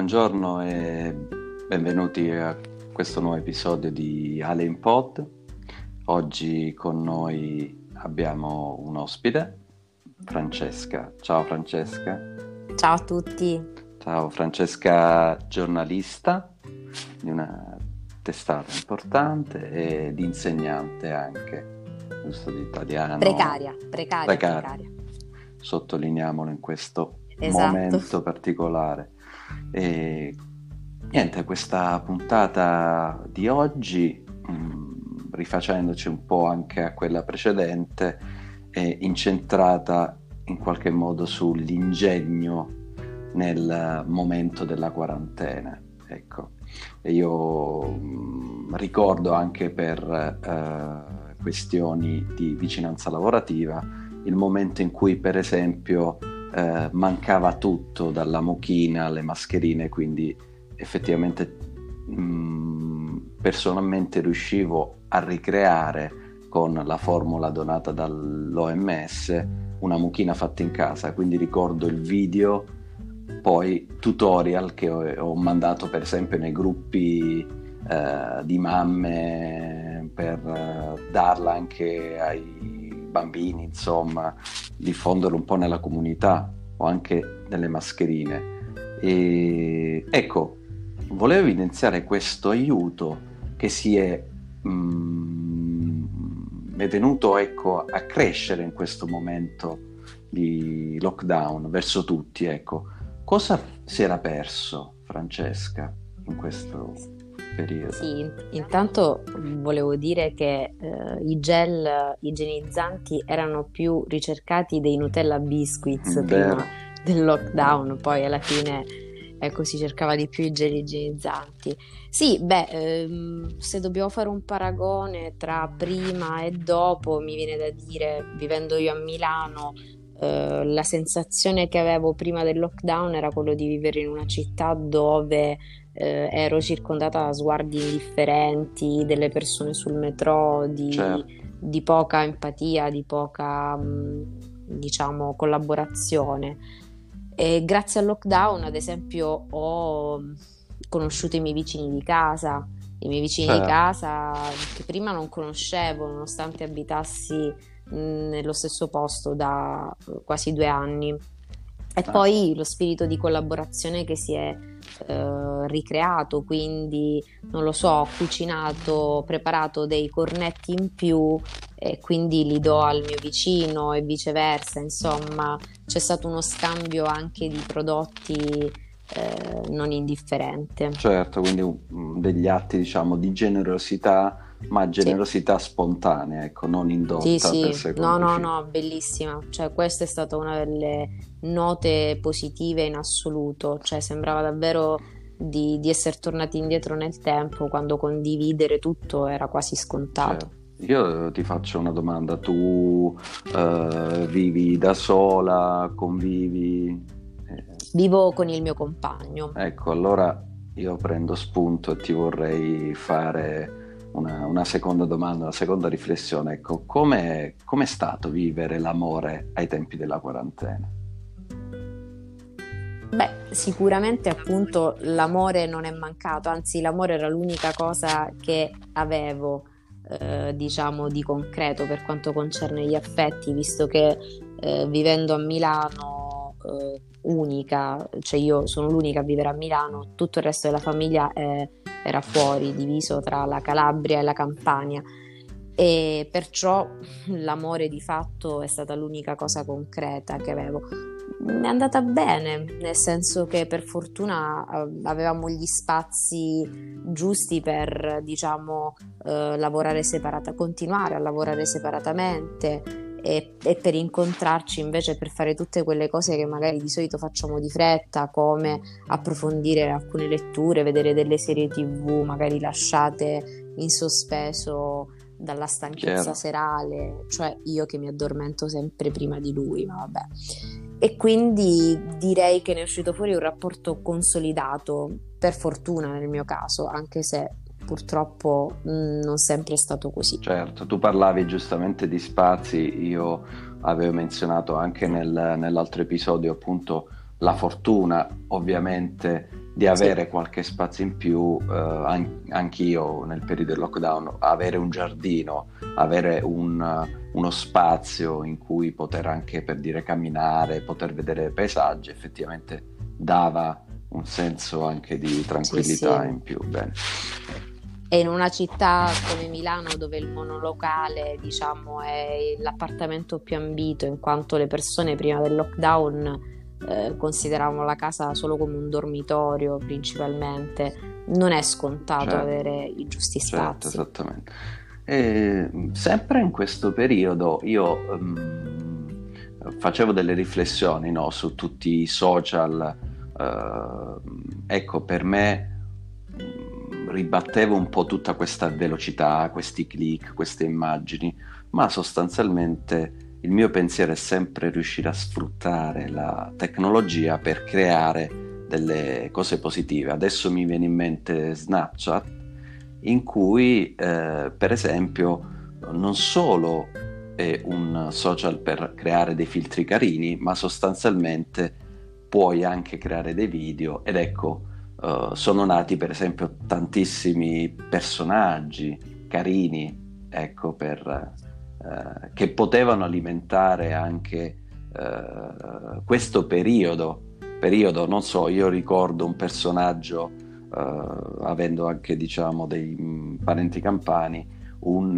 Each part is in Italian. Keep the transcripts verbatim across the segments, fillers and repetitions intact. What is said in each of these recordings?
Buongiorno e benvenuti a questo nuovo episodio di Ale in Pod. Oggi con noi abbiamo un ospite, Francesca. Ciao Francesca. Ciao a tutti. Ciao Francesca, giornalista di una testata importante ed insegnante anche, giusto, di italiano. Precaria, precaria, Precaria. precaria. Sottolineiamolo in questo Esatto. momento particolare. E niente, questa puntata di oggi, mh, rifacendoci un po' anche a quella precedente, è incentrata in qualche modo sull'ingegno nel momento della quarantena. Ecco, e io mh, ricordo anche per eh, questioni di vicinanza lavorativa il momento in cui, per esempio, Eh, mancava tutto, dalla mochina alle mascherine, quindi effettivamente mh, personalmente riuscivo a ricreare con la formula donata dall'O M S una mochina fatta in casa, quindi ricordo il video, poi tutorial che ho, ho mandato per esempio nei gruppi eh, di mamme per eh, darla anche ai bambini, insomma, diffonderlo un po' nella comunità o anche nelle mascherine. E ecco, volevo evidenziare questo aiuto che si è, mm, è venuto, ecco, a crescere in questo momento di lockdown verso tutti. Ecco, cosa si era perso, Francesca, in questo periodo? Sì, intanto volevo dire che eh, i gel igienizzanti erano più ricercati dei Nutella Biscuits Vero. prima del lockdown, poi alla fine ecco si cercava di più i gel igienizzanti. Sì, beh, ehm, se dobbiamo fare un paragone tra prima e dopo, mi viene da dire, vivendo io a Milano, eh, la sensazione che avevo prima del lockdown era quello di vivere in una città dove eh, ero circondata da sguardi indifferenti, delle persone sul metro, di, Certo. di poca empatia, di poca, mh, diciamo, collaborazione. E grazie al lockdown, ad esempio, ho conosciuto i miei vicini di casa, i miei vicini Certo. di casa che prima non conoscevo, nonostante abitassi mh, nello stesso posto da eh, quasi due anni. E Ah. poi lo spirito di collaborazione che si è eh, ricreato, quindi non lo so, ho cucinato, preparato dei cornetti in più e quindi li do al mio vicino e viceversa, insomma c'è stato uno scambio anche di prodotti eh, non indifferente. Certo, quindi um, degli atti, diciamo, di generosità, ma generosità spontanea, ecco, non indotta Sì, per sì, no, secondi no, fini. no, bellissima, cioè questa è stata una delle note positive in assoluto, cioè sembrava davvero di, di essere tornati indietro nel tempo, quando condividere tutto era quasi scontato. Certo. Io ti faccio una domanda, tu eh, vivi da sola, convivi? Eh, Vivo con il mio compagno. ecco, allora io prendo spunto e ti vorrei fare una, una seconda domanda, una seconda riflessione. Ecco, come è stato vivere l'amore ai tempi della quarantena? Beh, sicuramente appunto l'amore non è mancato, anzi l'amore era l'unica cosa che avevo, eh, diciamo, di concreto per quanto concerne gli affetti, visto che eh, vivendo a Milano, eh, unica, cioè io sono l'unica a vivere a Milano, tutto il resto della famiglia eh, era fuori, diviso tra la Calabria e la Campania. E perciò l'amore di fatto è stata l'unica cosa concreta che avevo. Mi è andata bene, nel senso che per fortuna eh, avevamo gli spazi giusti per, diciamo, eh, lavorare separata, continuare a lavorare separatamente e, e per incontrarci invece per fare tutte quelle cose che magari di solito facciamo di fretta, come approfondire alcune letture, vedere delle serie tivù magari lasciate in sospeso dalla stanchezza Chiaro. serale, cioè io che mi addormento sempre prima di lui, ma vabbè. E quindi direi che ne è uscito fuori un rapporto consolidato, per fortuna nel mio caso, anche se purtroppo mh, non sempre è stato così. Certo, tu parlavi giustamente di spazi, io avevo menzionato anche nel, nell'altro episodio appunto la fortuna ovviamente di Sì. avere qualche spazio in più, eh, an- anch'io nel periodo del lockdown, avere un giardino, avere un, uno spazio in cui poter anche, per dire, camminare, poter vedere paesaggi, effettivamente dava un senso anche di Sì, tranquillità sì. in più. Bene. E in una città come Milano, dove il monolocale, diciamo, è l'appartamento più ambito, in quanto le persone prima del lockdown eh, consideravano la casa solo come un dormitorio principalmente, non è scontato Certo, avere i giusti certo, spazi. esattamente. E, mh, sempre in questo periodo io mh, facevo delle riflessioni, no, su tutti i social. Eh, ecco, per me mh, ribattevo un po' tutta questa velocità, questi click, queste immagini, ma sostanzialmente il mio pensiero è sempre riuscire a sfruttare la tecnologia per creare delle cose positive. Adesso mi viene in mente Snapchat, in cui eh, per esempio non solo è un social per creare dei filtri carini, ma sostanzialmente puoi anche creare dei video, ed ecco, eh, sono nati per esempio tantissimi personaggi carini, ecco, per, eh, che potevano alimentare anche eh, questo periodo. Periodo, non so, io ricordo un personaggio, Uh, avendo anche, diciamo, dei mh, parenti campani, un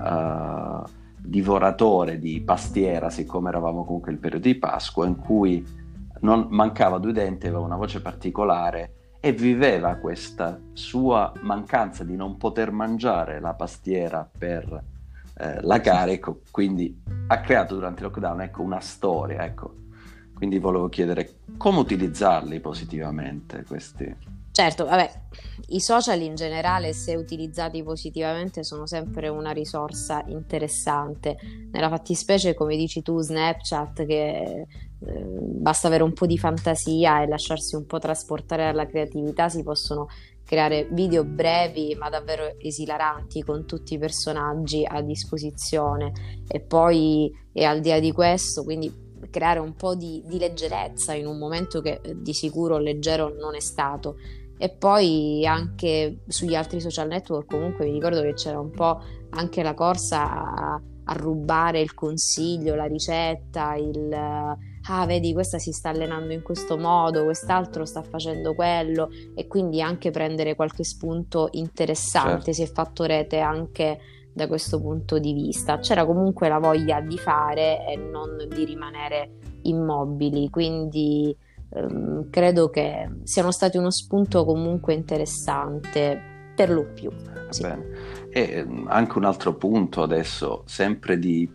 uh, divoratore di pastiera, siccome eravamo comunque il periodo di Pasqua, in cui non mancava due denti, aveva una voce particolare e viveva questa sua mancanza di non poter mangiare la pastiera per eh, la carico, quindi ha creato durante il lockdown, ecco, una storia, ecco. Quindi volevo chiedere come utilizzarli positivamente questi. Certo, vabbè, i social in generale, se utilizzati positivamente, sono sempre una risorsa interessante. Nella fattispecie, come dici tu, Snapchat, che eh, basta avere un po' di fantasia e lasciarsi un po' trasportare dalla creatività, si possono creare video brevi ma davvero esilaranti con tutti i personaggi a disposizione. E poi, e al di là di questo, quindi creare un po' di, di leggerezza in un momento che eh, di sicuro leggero non è stato. E poi anche sugli altri social network comunque mi ricordo che c'era un po' anche la corsa a, a rubare il consiglio, la ricetta, il ah vedi questa si sta allenando in questo modo, quest'altro sta facendo quello, e quindi anche prendere qualche spunto interessante. Certo. Si è fatto rete anche da questo punto di vista. C'era comunque la voglia di fare e non di rimanere immobili, quindi ehm, credo che siano stati uno spunto comunque interessante per lo più. Va Sì. bene. E ehm, anche un altro punto adesso, sempre di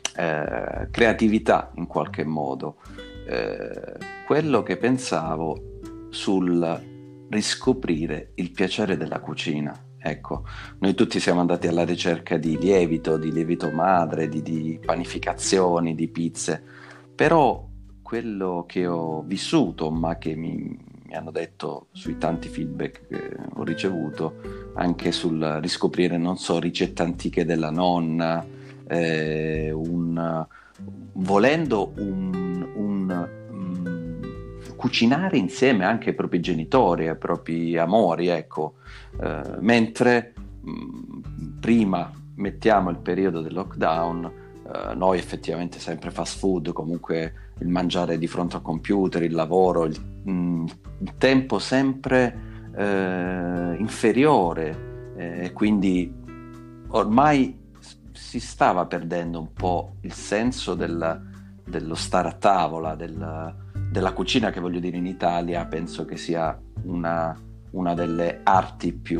eh, creatività in qualche modo. Eh, quello che pensavo sul riscoprire il piacere della cucina. Ecco, noi tutti siamo andati alla ricerca di lievito, di lievito madre, di, di panificazioni, di pizze, però quello che ho vissuto, ma che mi, mi hanno detto sui tanti feedback che ho ricevuto, anche sul riscoprire, non so, ricette antiche della nonna, eh, un, volendo un, un, um, cucinare insieme anche ai propri genitori, ai propri amori, ecco, eh, mentre mh, prima mettiamo il periodo del lockdown, eh, noi effettivamente sempre fast food, comunque il mangiare di fronte al computer, il lavoro, il, mh, il tempo sempre eh, inferiore, e eh, quindi ormai si stava perdendo un po' il senso del, dello stare a tavola, del, della cucina, che voglio dire in Italia penso che sia una, una delle arti più,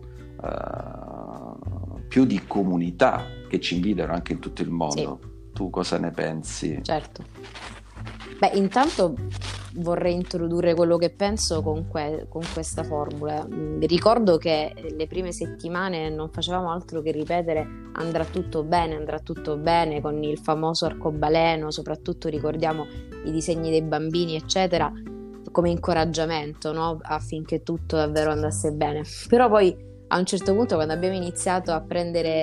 uh, più di comunità che ci invidiano anche in tutto il Sì, mondo. Tu cosa ne pensi? certo. Beh, intanto vorrei introdurre quello che penso con, que- con questa formula. Mm, ricordo che le prime settimane non facevamo altro che ripetere andrà tutto bene, andrà tutto bene, con il famoso arcobaleno, soprattutto ricordiamo i disegni dei bambini, eccetera, come incoraggiamento, no? Affinché tutto davvero andasse bene. Però poi a un certo punto, quando abbiamo iniziato a prendere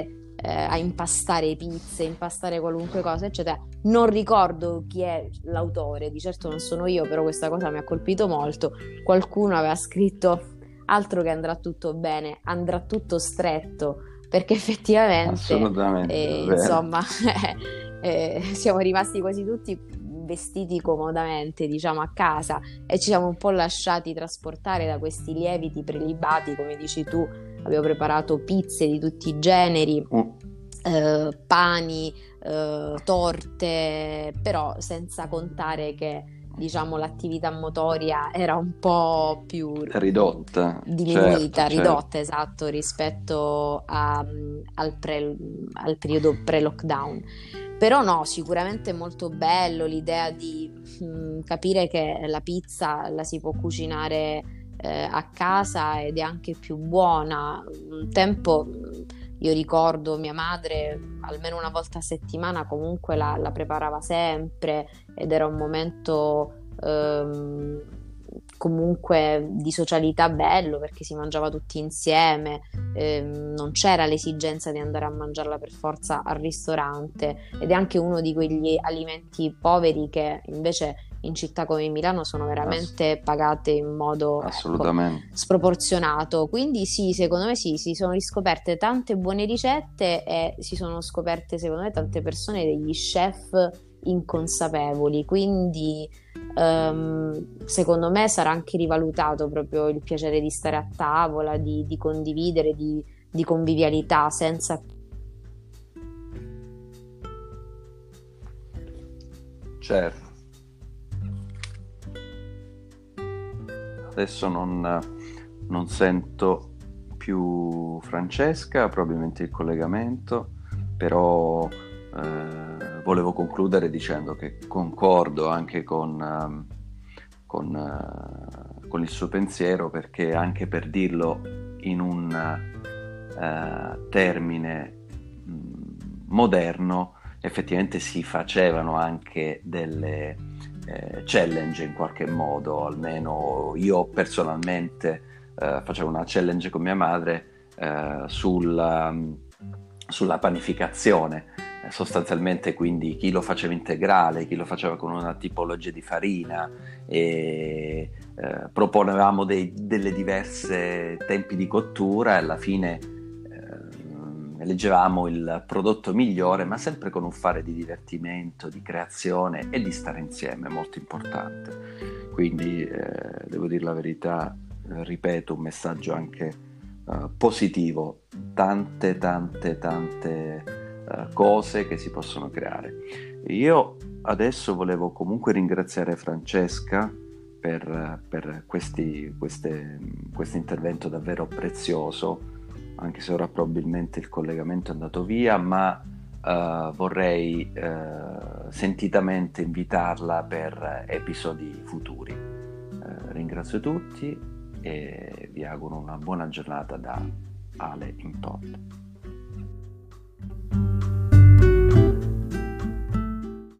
eh, a impastare pizze, impastare qualunque cosa, eccetera. Non ricordo chi è l'autore, di certo non sono io, però questa cosa mi ha colpito molto. Qualcuno aveva scritto: altro che andrà tutto bene, andrà tutto stretto, perché effettivamente, Assolutamente, eh, vero. insomma, eh, siamo rimasti quasi tutti vestiti comodamente, diciamo, a casa, e ci siamo un po' lasciati trasportare da questi lieviti prelibati, come dici tu. Avevo preparato pizze di tutti i generi, Un- eh, pani, eh, torte, però senza contare che, diciamo, l'attività motoria era un po' più ridotta, certo, diminuita, certo. ridotta, esatto, rispetto a- al, pre- al periodo pre-lockdown. Però no, sicuramente è molto bello l'idea di mm, capire che la pizza la si può cucinare eh, a casa ed è anche più buona. Un tempo, mm, io ricordo mia madre almeno una volta a settimana comunque la, la preparava sempre, ed era un momento ehm, comunque di socialità bello, perché si mangiava tutti insieme, ehm, non c'era l'esigenza di andare a mangiarla per forza al ristorante, ed è anche uno di quegli alimenti poveri che invece in città come Milano sono Ass- veramente pagate in modo, ecco, assolutamente. sproporzionato. Quindi sì, secondo me sì, si sono riscoperte tante buone ricette, e si sono scoperte, secondo me, tante persone degli chef inconsapevoli. Quindi ehm, secondo me sarà anche rivalutato proprio il piacere di stare a tavola, di, di condividere, di, di convivialità senza... Certo. Adesso non, non sento più Francesca, probabilmente il collegamento, però eh, volevo concludere dicendo che concordo anche con, ehm, con, eh, con il suo pensiero, perché anche per dirlo in un eh, termine mh, moderno, effettivamente si facevano anche delle eh, challenge in qualche modo. Almeno io personalmente eh, facevo una challenge con mia madre eh, sulla, sulla panificazione, eh, sostanzialmente, quindi chi lo faceva integrale, chi lo faceva con una tipologia di farina, e eh, proponevamo dei, delle diverse tempi di cottura, e alla fine eleggevamo il prodotto migliore, ma sempre con un fare di divertimento, di creazione e di stare insieme, molto importante. Quindi eh, devo dire la verità, eh, ripeto, un messaggio anche eh, positivo, tante tante tante eh, cose che si possono creare. Io adesso volevo comunque ringraziare Francesca per, per questi, queste, questo intervento davvero prezioso, anche se ora probabilmente il collegamento è andato via, ma uh, vorrei uh, sentitamente invitarla per episodi futuri. Uh, ringrazio tutti e vi auguro una buona giornata da Ale in Pod.